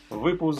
Выпуск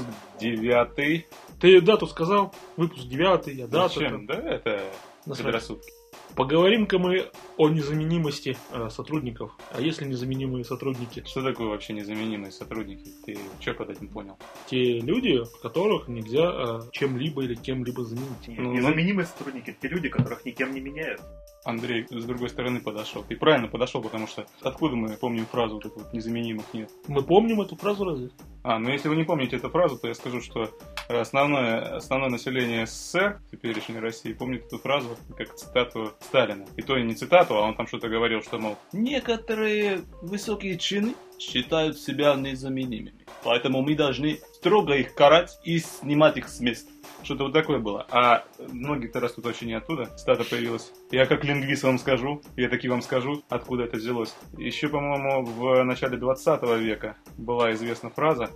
9. Ты дату сказал? Выпуск 9, я дату. Зачем? Да, это предрассудки. Поговорим-ка мы о незаменимости сотрудников. А если незаменимые сотрудники? Что такое вообще незаменимые сотрудники? Ты что под этим понял? Те люди, которых нельзя чем-либо или кем-либо заменить. Незаменимые сотрудники — те люди, которых никем не меняют. Андрей с другой стороны подошел. Ты правильно подошел, потому что откуда мы помним фразу вот эту вот «незаменимых нет»? Мы помним эту фразу разве? Ну если вы не помните эту фразу, то я скажу, что основное население СССР, теперешней России, помнит эту фразу как цитату Сталина. И то и не цитату, а он там что-то говорил, что, мол, некоторые высокие чины считают себя незаменимыми. Поэтому мы должны строго их карать и снимать их с места. Что-то вот такое было. А многие-то растут вообще не оттуда. Цитата появилась. Я как лингвист вам скажу, я таки вам скажу, откуда это взялось. Еще, по-моему, в начале 20 века была известна фраза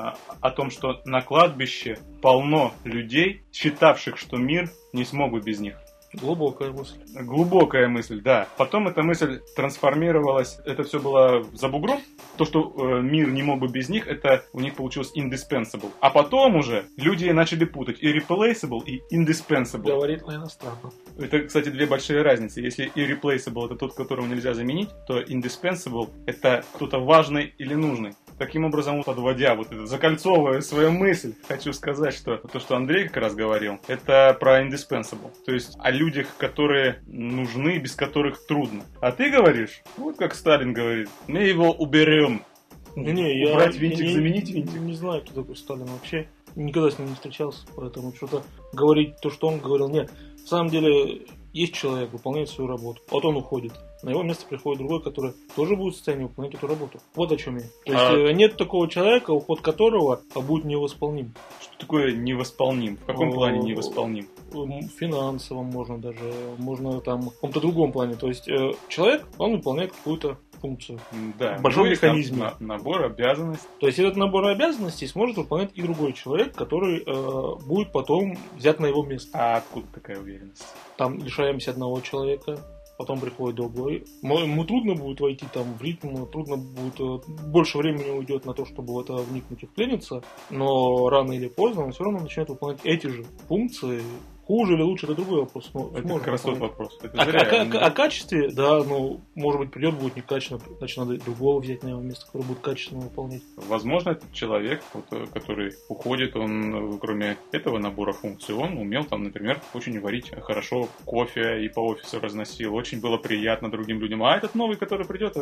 о том, что на кладбище полно людей, считавших, что мир не смогут без них. Глубокая мысль. Глубокая мысль, да. Потом эта мысль трансформировалась, это все было за бугром. То, что мир не мог бы без них, это у них получилось indispensable. А потом уже люди начали путать irreplaceable и indispensable. Говорит на иностранном. Это, кстати, две большие разницы. Если irreplaceable это тот, которого нельзя заменить, то indispensable это кто-то важный или нужный. Таким образом, подводя вот это, закольцовывая свою мысль, хочу сказать, что то, что Андрей как раз говорил, это про indispensable. То есть о людях, которые нужны, без которых трудно. А ты говоришь, вот как Сталин говорит, мы его уберем. Убрать винтик, заменить винтик. Не знаю, кто такой Сталин вообще. Никогда с ним не встречался, поэтому что-то говорить то, что он говорил. Нет, на самом деле есть человек, выполняет свою работу, вот он уходит. На его место приходит другой, который тоже будет в состоянии выполнять эту работу. Вот о чем я. То есть нет такого человека, уход которого будет невосполним. Что такое невосполним? В каком плане невосполним? В финансовом можно там в каком-то другом плане. То есть человек, он выполняет какую-то функцию. Да, в большом механизме. Набор обязанностей. То есть этот набор обязанностей сможет выполнять и другой человек, который будет потом взят на его место. А откуда такая уверенность? Там лишаемся одного человека, потом приходит другой. Ему трудно будет войти там в ритм, трудно будет, больше времени уйдет на то, чтобы в это вникнуть и вклиниться, но рано или поздно он все равно начинает выполнять эти же функции. Хуже или лучше, это другой вопрос. Это как раз тот вопрос. О качестве, да, может быть, придет, будет некачественно, значит, надо другого взять на его место, который будет качественно выполнять. Возможно, этот человек, который уходит, он, кроме этого набора функций, он умел, там, например, очень варить хорошо кофе и по офису разносил. Очень было приятно другим людям. А этот новый, который придет...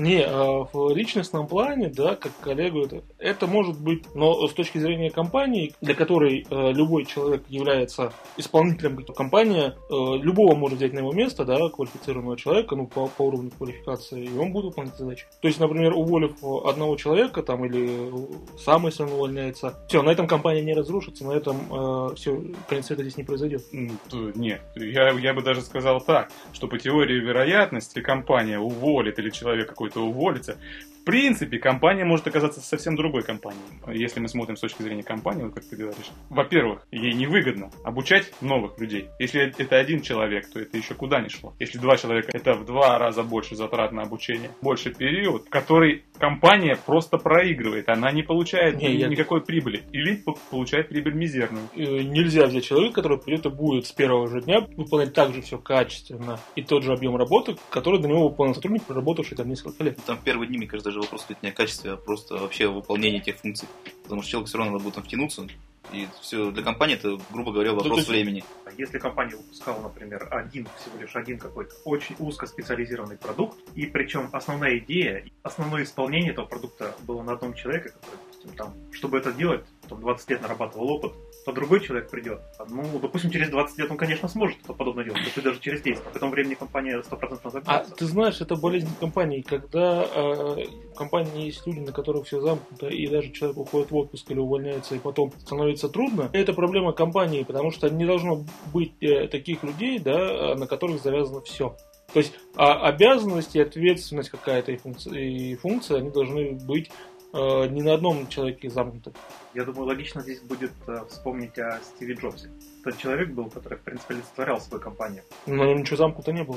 в личностном плане, да, как коллегу, это может быть, но с точки зрения компании, для которой любой человек является исполнителем компания, любого может взять на его место, да, квалифицированного человека, по уровню квалификации, и он будет выполнять задачи. То есть, например, уволив одного человека там, или сам, если он увольняется, все, на этом компания не разрушится, на этом все, конец света здесь не произойдет. Нет, я бы даже сказал так, что по теории вероятности компания уволит или человек какой-то уволится. В принципе, компания может оказаться совсем другой компанией. Если мы смотрим с точки зрения компании, как ты говоришь. Во-первых, ей невыгодно обучать новых людей. Если это один человек, то это еще куда ни шло. Если два человека, это в 2 раза больше затрат на обучение. Больше период, который компания просто проигрывает. Она не получает никакой прибыли. Или получает прибыль мизерную. Нельзя взять человека, который придет и будет с первого же дня выполнять так же все качественно и тот же объем работы, который до него выполнил сотрудник, проработавший там несколько лет. Там в первые дни, мне кажется, даже вопрос не о качестве, а просто вообще о выполнении тех функций. Потому что человеку все равно надо будет там втянуться. И все для компании это, грубо говоря, вопрос времени. Если компания выпускала, например, всего лишь один какой-то очень узкоспециализированный продукт, и причем основная идея, основное исполнение этого продукта было на одном человеке, который, допустим, там, чтобы это делать, 20 лет нарабатывал опыт, то другой человек придет. Допустим, через 20 лет он, конечно, сможет это подобное делать, то даже через 10. К этому времени компания 100% загнется. А ты знаешь, это болезнь компании, когда в компании есть люди, на которых все замкнуто, и даже человек уходит в отпуск или увольняется, и потом становится трудно. Это проблема компании, потому что не должно быть таких людей, да, на которых завязано все. То есть обязанность и ответственность какая-то и функция, они должны быть не на одном человеке замкнуты. Я думаю, логично здесь будет вспомнить о Стиве Джобсе. Тот человек был, который, в принципе, олицетворял свою компанию. Но ничего замкнуто не было.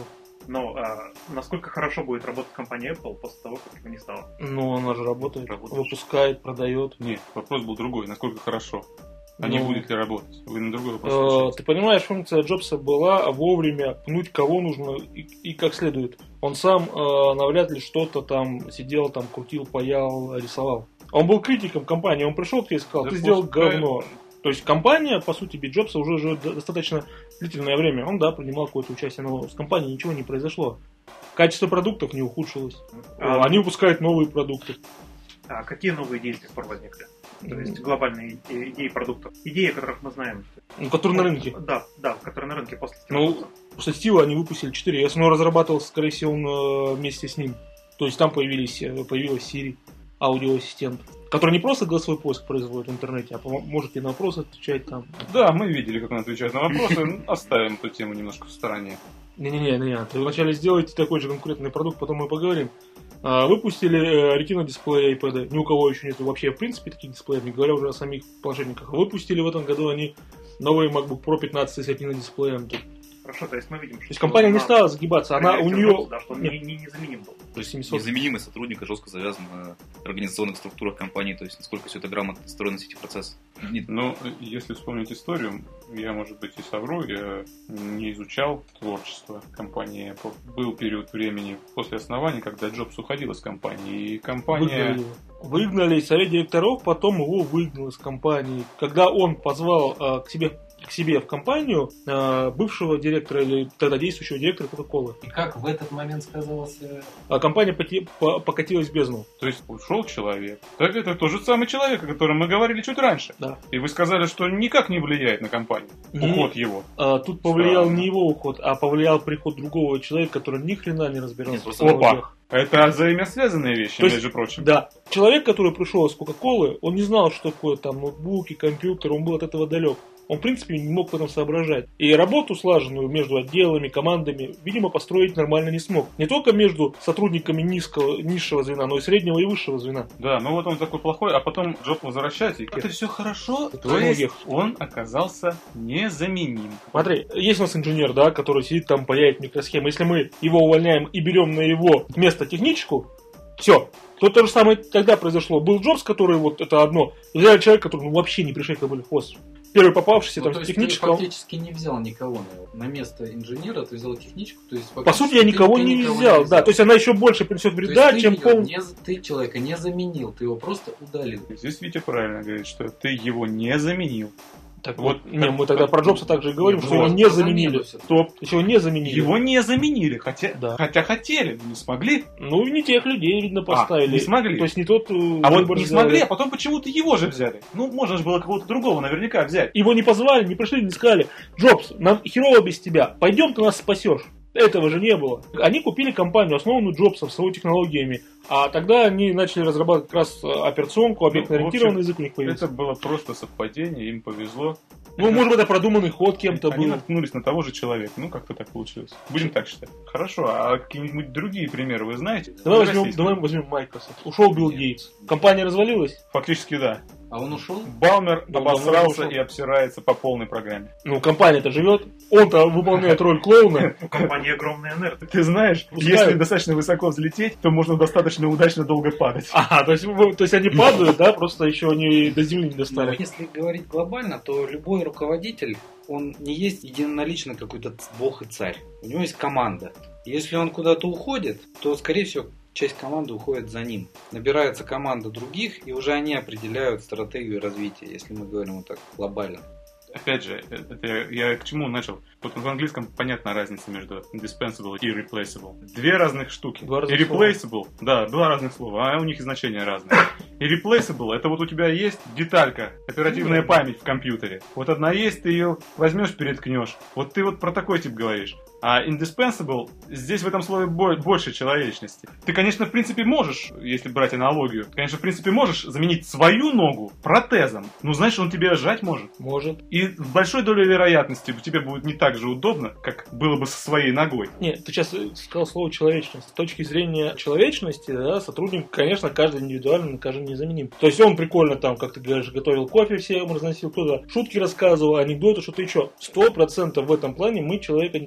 Но насколько хорошо будет работать компания Apple после того, как его не стало? Ну, она же работает, выпускает, продает. Нет, вопрос был другой. Насколько хорошо? А не Ну, будет ли работать? Вы на другой вопрос отвечаете. Ты понимаешь, функция Джобса была вовремя пнуть кого нужно и как следует. Он сам навряд ли что-то там сидел, там крутил, паял, рисовал. Он был критиком компании, он пришел к тебе и сказал, Да ты сделал пускай. говно. То есть компания, по сути, без Джобса уже живет достаточно длительное время. Он, да, принимал какое-то участие, но с компанией ничего не произошло. Качество продуктов не ухудшилось. Они выпускают новые продукты. А какие новые идеи с тех пор возникли? То есть глобальные идеи продуктов. Идеи, о которых мы знаем. Ну, которые на рынке. Да, которые на рынке после Стива Ну, Джобса. после Стива они выпустили 4. Я разрабатывал, скорее всего, он вместе с ним. То есть там появилась Siri, аудиоассистент, который не просто голосовой поиск производит в интернете, а может и на вопросы отвечать там. Да, мы видели, как он отвечает на вопросы. Оставим эту тему немножко в стороне. Не-не-не, ты вначале сделайте такой же конкурентный продукт, потом мы поговорим. Выпустили Retina дисплеи iPad. Ни у кого еще нет вообще, в принципе, таких дисплеев, не говоря уже о самих планшетниках. Выпустили в этом году они новый MacBook Pro 15 с Retina дисплеем. Хорошо, то есть мы видим, что... То есть компания не стала загибаться, она у нее... Да, что он Нет. незаменим был. То есть 700. Незаменимый сотрудник жестко завязан на организационных структурах компании, то есть насколько все это грамотно встроено в эти процессы. Ну, если вспомнить историю, я, может быть, и совру, я не изучал творчество компании Apple. Был период времени после основания, когда Джобс уходил из компании, и компания... Выгнали совет директоров, потом его выгнал из компании. Когда он позвал к себе в компанию бывшего директора или тогда действующего директора Coca-Cola. И как в этот момент сказалось... Компания покатилась в бездну. То есть ушел человек. Так это тот же самый человек, о котором мы говорили чуть раньше. Да. И вы сказали, что никак не влияет на компанию. Уход его. Тут повлиял Странно. не его уход, а повлиял приход другого человека, который ни хрена не разбирался. Нет, в просто технологиях. Это взаимосвязанные вещи, То есть, между прочим. Да. Человек, который пришел из Coca-Cola, он не знал, что такое там ноутбуки, компьютер, он был от этого далек. Он, в принципе, не мог в этом соображать. И работу слаженную между отделами, командами, видимо, построить нормально не смог. Не только между сотрудниками низшего звена, но и среднего и высшего звена. Да, ну вот он такой плохой, а потом Джобс возвращается, и это все хорошо. Это То во есть многих. он оказался незаменим. Смотри, есть у нас инженер, да, который сидит там, паяет микросхемы. Если мы его увольняем и берем на его место техничку, все. То же самое тогда произошло. Был Джобс, который вот это одно. И взяли человека, который вообще не пришей кобыль хвост. Первый попавшийся, там, то есть техничка. ты фактически не взял никого на место инженера, ты взял техничку. То есть, По сути, я никого не взял. Да, то есть она еще больше принесет То есть вреда, ты чем её полный. ты человека не заменил, ты его просто удалил. Здесь Витя правильно говорит, что ты его не заменил. Так Вот, вот, не, мы тогда про Джобса также и говорим, что его Вот, не про заменили. замену всё-таки. Стоп, его не заменили. Его не заменили, хотя хотели, но не смогли. Ну, не тех людей, видно, поставили. не смогли. То есть не тот А вот выбор не сделали. смогли, а потом почему-то его же взяли. Ну, можно же было кого-то другого наверняка взять. Его не позвали, не пришли, не сказали: Джобс, нам херово без тебя, пойдем, ты нас спасешь. Этого же не было. Они купили компанию, основанную Джобсом, с его технологиями. А тогда они начали разрабатывать как раз операционку, объектно-ориентированный язык у них появился. Это было просто совпадение, им повезло. Ну, может быть, это продуманный ход кем-то Они был. наткнулись на того же человека. Ну, как-то так получилось. Будем так считать. Хорошо, а какие-нибудь другие примеры вы знаете? Давай Российские? возьмем Microsoft. Ушел Билл Гейтс. Компания развалилась? Фактически да. А он ушел? Балмер Да, обосрался Балмер ушел. и обсирается по полной программе. Ну, компания-то живет. Он-то выполняет роль клоуна. У компании огромный энерго. Ты знаешь, Пускай. если достаточно высоко взлететь, то можно достаточно удачно долго падать. Ага, то есть они падают, да, просто еще они до земли не Но достали. если говорить глобально, то любой руководитель, он не есть единолично какой-то бог и царь. У него есть команда. И если он куда-то уходит, то, скорее всего, часть команды уходит за ним. Набирается команда других, и уже они определяют стратегию развития, если мы говорим вот так глобально. Опять же, это я к чему начал? Вот в английском понятна разница между indispensable и irreplaceable. Две разных штуки. Два разных Irreplaceable, да, два разных слова, а у них и значения разные. Irreplaceable, это вот у тебя есть деталька, оперативная память в компьютере. Вот одна есть, ты ее возьмешь, переткнешь. Вот ты вот про такой тип говоришь. А indispensable, здесь в этом слове больше человечности. Ты, конечно, в принципе можешь, если брать аналогию, конечно, в принципе можешь заменить свою ногу протезом. Ну, знаешь, он тебе жать может. Может. И в большой долей вероятности тебе будет не так же удобно, как было бы со своей ногой. Нет, ты сейчас сказал слово человечность. С точки зрения человечности, да, сотрудник, конечно, каждый индивидуально, каждый незаменим. То есть он прикольно там, как ты говоришь, готовил кофе всем, разносил кто-то, шутки рассказывал, анекдоты, что-то еще. 100% в этом плане мы человека никогда не заменим.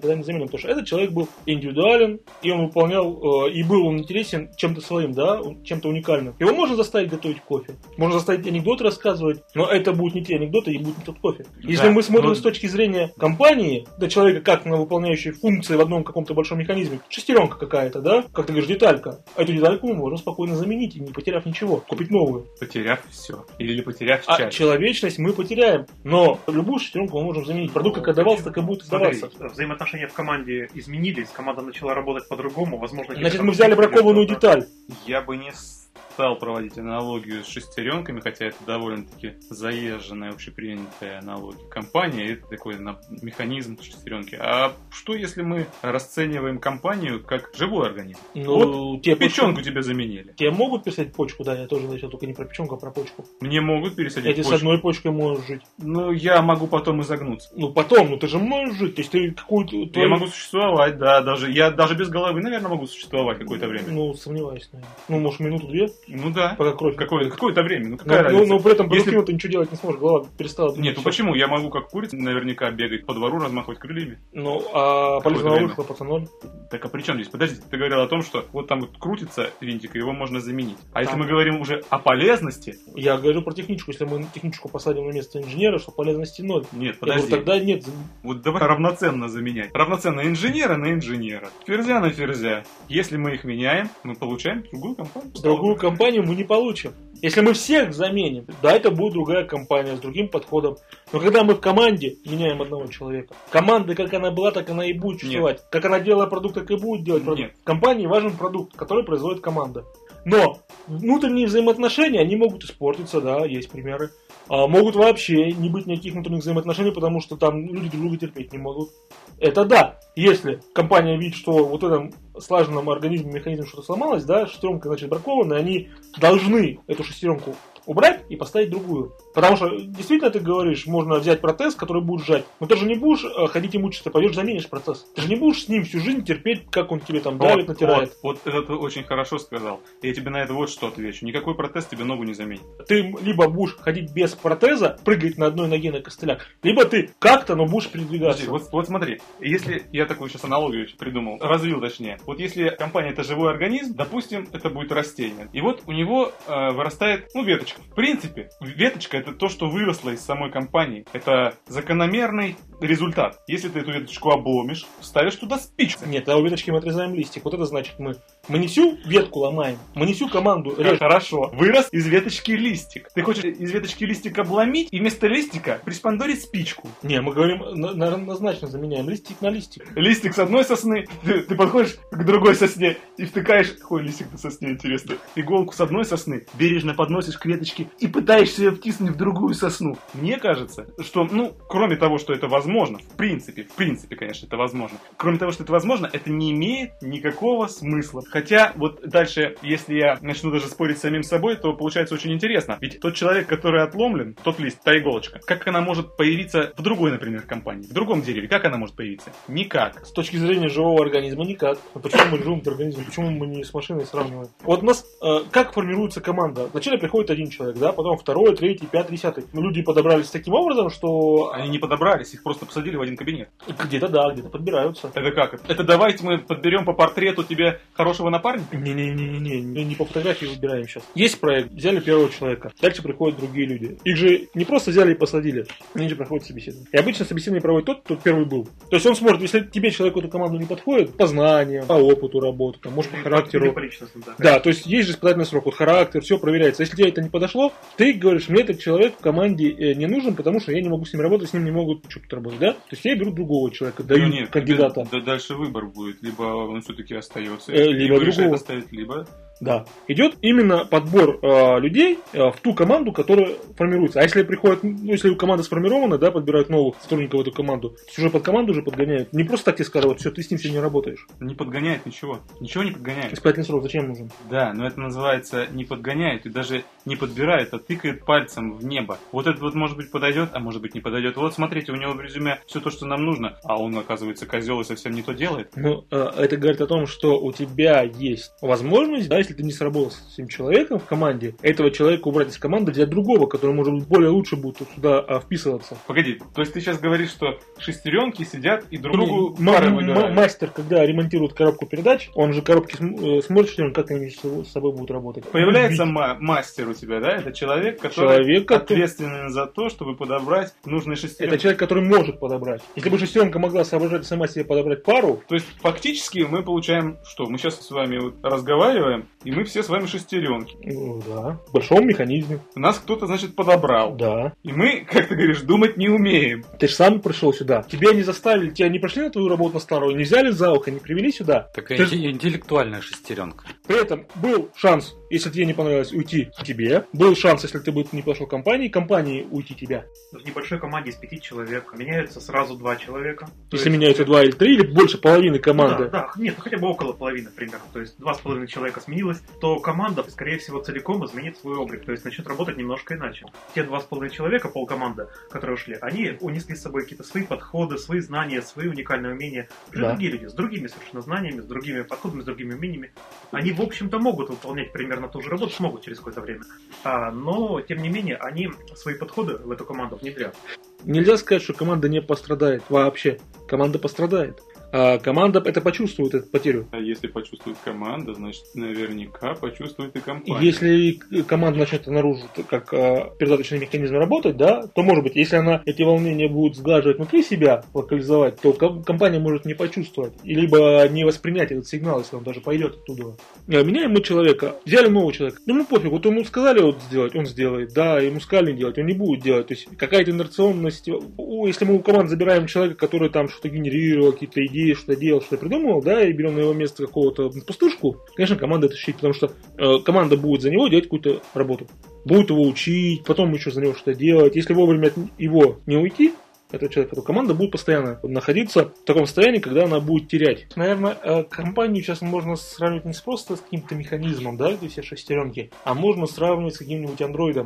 потому что этот человек был индивидуален, и он выполнял, и был он интересен чем-то своим, да, чем-то уникальным. Его можно заставить готовить кофе, можно заставить анекдоты рассказывать, но это будут не те анекдоты и будет не тот кофе. Если мы смотрим с точки зрения компании, до человека как на выполняющей функции в одном каком-то большом механизме, шестеренка какая-то, да, как ты говоришь, деталька. Эту детальку мы можем спокойно заменить, не потеряв ничего, купить новую. Потеряв все. Или потеряв А часть. человечность мы потеряем, но любую шестеренку мы можем заменить. Продукт как отдавался, так и будет отдаваться. Взаимоотношения в команде изменились, команда начала работать по-другому, возможно... Значит, мы взяли бракованную деталь. Я бы не стал проводить аналогию с шестеренками, хотя это довольно-таки заезженная, общепринятая аналогия. Компания — это такой механизм шестеренки. А что, если мы расцениваем компанию как живой организм? Ну, вот печенку тебе заменили. Тебе могут пересадить почку, да, я тоже начал, только не про печенку, а про почку. Мне могут пересадить почку. С одной почкой можешь жить. Ну, я могу потом изогнуться. Ну, потом, ты же можешь жить, то есть ты какую-то... Я могу существовать, да, я даже без головы, наверное, могу существовать какое-то время. Ну, сомневаюсь, наверное. Ну, может, минуту-две? Ну да. Пока кровь. Какое-то время. Ну, какая разница? Но при этом продуктивно ты ничего делать не сможешь, голова перестала... Нет, ну почему? Я могу как курица наверняка бегать по двору, размахивать крыльями. Ну, а полезного выхлопа-то ноль. Так, а при чем здесь? Подожди, ты говорил о том, что вот там вот крутится винтик, и его можно заменить. А если мы говорим уже о полезности... Я говорю про техничку. Если мы техничку посадим на место инженера, что полезности ноль. Нет, подожди. Я говорю, тогда нет. Вот давай равноценно заменять. Равноценно инженера на инженера. Ферзя на ферзя. Если мы их меняем, мы получаем другую компанию. Другую компанию мы не получим. Если мы всех заменим, да, это будет другая компания с другим подходом. Но когда мы в команде меняем одного человека, команда, как она была, так она и будет существовать. Нет. Как она делала продукт, так и будет делать продукт. Нет. В компании важен продукт, который производит команда. Но внутренние взаимоотношения, они могут испортиться, да, есть примеры. Могут вообще не быть никаких внутренних взаимоотношений, потому что там люди друг друга терпеть не могут. Это да, если компания видит, что вот в этом слаженном организме, механизме что-то сломалось, да, шестеренка, значит, бракованная, они должны эту шестеренку убрать и поставить другую. Потому что, действительно, ты говоришь, можно взять протез, который будет сжать, но ты же не будешь ходить и мучиться, пойдешь заменишь процесс. Ты же не будешь с ним всю жизнь терпеть, как он тебе там давит, натирает. Вот это ты очень хорошо сказал. Я тебе на это вот что отвечу. Никакой протез тебе ногу не заменит. Ты либо будешь ходить без протеза, прыгать на одной ноге на костылях, либо ты как-то, но будешь передвигаться. Подожди, вот смотри, если я такую сейчас аналогию придумал, развил точнее. Вот если компания это живой организм, допустим, это будет растение. И вот у него вырастает, веточка. В принципе, веточка это то, что выросло из самой компании. Это закономерный результат. Если ты эту веточку обломишь, ставишь туда спичку. Нет, а у веточки мы отрезаем листик. Вот это значит, мы не всю ветку ломаем, мы не всю команду режем. Хорошо. Вырос из веточки листик. Ты хочешь из веточки листик обломить и вместо листика приспандорить спичку. Не, мы говорим, однозначно заменяем листик на листик. Листик с одной сосны, ты подходишь к другой сосне и втыкаешь, какой листик на сосне, интересно, иголку с одной сосны, бережно подносишь к веточке и пытаешься ее втиснуть в другую сосну. Мне кажется, что, кроме того, что это возможно, в принципе, конечно, это возможно. Кроме того, что это возможно, это не имеет никакого смысла. Хотя, вот дальше, если я начну даже спорить с самим собой, то получается очень интересно. Ведь тот человек, который отломлен, тот лист, та иголочка, как она может появиться в другой, например, компании, в другом дереве? Как она может появиться? Никак. С точки зрения живого организма никак. Почему мы живым организмом? Почему мы не с машиной сравниваем? Вот у нас как формируется команда? Вначале приходит один человек, да, потом второй, третий, пятый, десятый. Люди подобрались таким образом, что... Они не подобрались, их просто посадили в один кабинет. Где-то да, где-то подбираются. Это как? Это давайте мы подберем по портрету тебе хорошего напарника? Не по фотографии выбираем сейчас. Есть проект, взяли первого человека, дальше приходят другие люди. Их же не просто взяли и посадили, они же проходят собеседование. И обычно собеседование проводит тот, кто первый был. То есть он смотрит, если тебе человек в эту команду не подходит, по знаниям, по опыту работы, там, может по характеру. Да, то есть есть же испытательный срок, вот характер, все проверяется. Если тебе это не подошло, ты говоришь, мне этот человек в команде не нужен, потому что я не могу с ним работать, с ним не могут что-то работать, да? То есть я беру другого человека, даю кандидата. Дальше выбор будет, либо он все-таки остается, либо другого оставить, либо... Да. Идет именно подбор людей в ту команду, которая формируется. А если приходят, если команда сформирована, да, подбирают новых сотрудников в эту команду, то есть уже под команду уже подгоняют. Не просто так тебе скажут, все, ты с ним все не работаешь. Не подгоняет ничего. Ничего не подгоняет. Испытательный срок зачем нужен? Да, но это называется не подгоняет и даже не подбирает, а тыкает пальцем в небо. Вот это вот может быть подойдет, а может быть не подойдет. Вот смотрите, у него в резюме все то, что нам нужно, а он, оказывается, козел и совсем не то делает. Ну, это говорит о том, что у тебя есть возможность, да, если если ты не сработал с этим человеком в команде, этого человека убрать из команды для другого, который, может быть, более лучше будет сюда вписываться. Погоди, то есть ты сейчас говоришь, что шестеренки сидят и друг другу Не, пары выбирают? Мастер, когда ремонтирует коробку передач, он же коробки смотрит, как они с собой будут работать. Появляется мастер у тебя, да? Это человек, который ответственен за то, чтобы подобрать нужные шестеренки. Это человек, который может подобрать. Если бы шестеренка могла соображать сама себе подобрать пару... То есть, фактически, мы получаем что? Мы сейчас с вами вот разговариваем, и мы все с вами шестеренки. Ну, да. В большом механизме. Нас кто-то, значит, подобрал. Да. И мы, как ты говоришь, думать не умеем. Ты же сам пришел сюда. Тебя не заставили, тебя не пришли на твою работу на старую, не взяли за ухо, не привели сюда. Такая интеллектуальная шестеренка. При этом был шанс, если тебе не понравилось, уйти тебе. Был шанс, если ты бы не пошел в компании уйти тебя. В небольшой команде из 5 человек меняются сразу 2 человека. Если меняются 2 или 3, или больше половины команды. Да, нет, хотя бы около половины примерно. То есть 2,5 человека сменилось, то команда, скорее всего, целиком изменит свой облик. То есть начнет работать немножко иначе. Те 2,5 человека, полкоманды, которые ушли, они унесли с собой какие-то свои подходы, свои знания, свои уникальные умения. Другие люди с другими совершенно знаниями, с другими подходами, с другими умениями. Они, в общем-то, могут выполнять примерно ту же работу, смогут через какое-то время. Но, тем не менее, они свои подходы в эту команду внедрят. Нельзя сказать, что команда не пострадает вообще. Команда пострадает. А команда это почувствует, эту потерю. А если почувствует команда, значит, наверняка почувствует и компания. Если команда начнет наружу, как передаточный механизм работать, да, то, может быть, если она эти волнения будет сглаживать внутри себя, локализовать, то компания может не почувствовать. И либо не воспринять этот сигнал, если он даже пойдет оттуда. Меняем мы человека, взяли нового человека. Ну, пофиг, вот ему сказали вот сделать, он сделает. Да, ему сказали не делать, он не будет делать. То есть какая-то инерционность. Если мы у команды забираем человека, который там что-то генерировал, какие-то идеи, что делал, что придумывал, да, и берем на его место какого-то пустышку, конечно, команда это щит, потому что команда будет за него делать какую-то работу. Будет его учить, потом еще за него что-то делать. Если вовремя от его не уйти, этого человека, то команда будет постоянно находиться в таком состоянии, когда она будет терять. Наверное, компанию сейчас можно сравнивать не просто с каким-то механизмом, да, где все шестеренки, а можно сравнивать с каким-нибудь андроидом.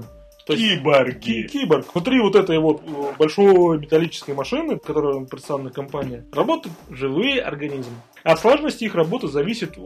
Киборги. Киборг. Внутри вот этой вот большой металлической машины, которая представлена компания, работают живые организмы. От сложности их работы зависит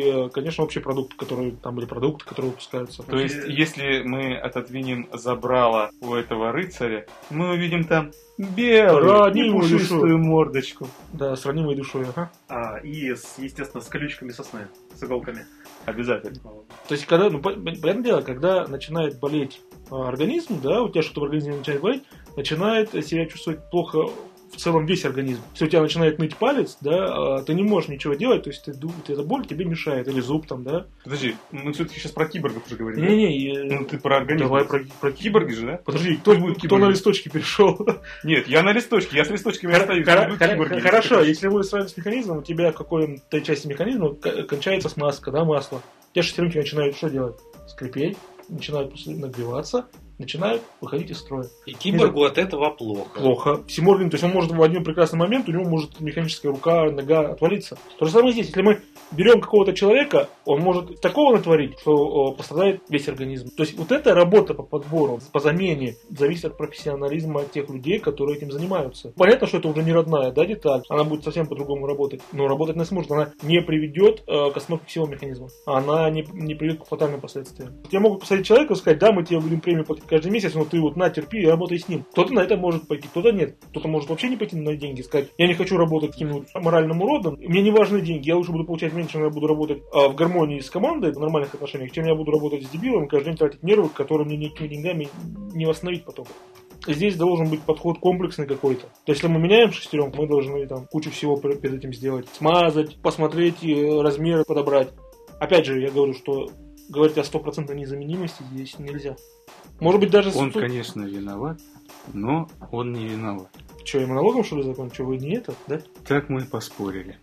общий продукт, который там были продукты, которые выпускаются. То есть, если мы отодвинем забрало у этого рыцаря, мы увидим там белую и пушистую мордочку. Да, с ранимой душой, ага. Естественно, с колючками сосны, с иголками. Обязательно. То есть, когда, понятное дело, когда начинает болеть организм, да, у тебя что-то в организме начинает болеть, начинает себя чувствовать плохо в целом весь организм. Если у тебя начинает ныть палец, да, ты не можешь ничего делать, то есть эта боль тебе мешает, или зуб там, да. Подожди, мы все-таки сейчас про киборгов уже говорим. Не-не, ты про организм. Давай про киборги же, да? Подожди, кто на листочке перешел? Нет, я на листочке, я с листочками остаюсь. Хорошо, если вы сравниваете с механизмом, у тебя в какой-то части механизма кончается смазка, да, масло. У тебя шестеренки начинают что делать? Скрипеть, начинают нагреваться, начинают выходить из строя. И киборгу от этого плохо. Плохо. Всему организму, то есть он может в один прекрасный момент, у него может механическая рука, нога отвалиться. То же самое здесь. Если мы берем какого-то человека, он может такого натворить, что пострадает весь организм. То есть вот эта работа по подбору, по замене, зависит от профессионализма тех людей, которые этим занимаются. Понятно, что это уже не родная, да, деталь. Она будет совсем по-другому работать. Но работать не сможет. Она не приведет к остановке всего механизма. Она не приведет к фатальным последствиям. Я могу посадить человека и сказать, да, мы тебе будем премию платить каждый месяц, но ты вот на, терпи и работай с ним. Кто-то на это может пойти, кто-то нет. Кто-то может вообще не пойти на деньги, сказать, я не хочу работать каким-нибудь моральным уродом, мне не важны деньги, я лучше буду получать меньше, но я буду работать в гармонии с командой, в нормальных отношениях, чем я буду работать с дебилом, каждый день тратить нервы, которые мне никакими деньгами не восстановить потом. Здесь должен быть подход комплексный какой-то. То есть, если мы меняем шестеренку, мы должны там кучу всего перед этим сделать. Смазать, посмотреть, размеры подобрать. Опять же, я говорю, что говорить о 100% незаменимости здесь нельзя. Может быть, даже... Он, конечно, виноват, но он не виноват. Что, я монологом, что ли, закончу? Что, вы не это, да? Так мы поспорили.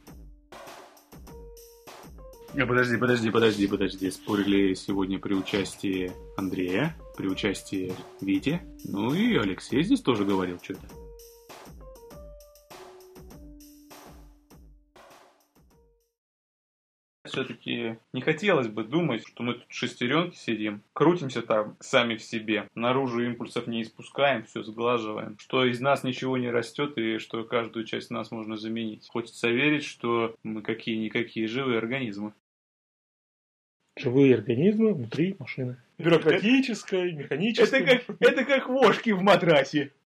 Подожди. Спорили сегодня при участии Андрея, при участии Вити. Ну и Алексей здесь тоже говорил что-то. Все-таки не хотелось бы думать, что мы тут шестеренки сидим, крутимся там сами в себе, наружу импульсов не испускаем, все сглаживаем, что из нас ничего не растет и что каждую часть нас можно заменить. Хочется верить, что мы какие-никакие живые организмы. Живые организмы внутри машины. Бюрократической, механической. Это как вошки в матрасе.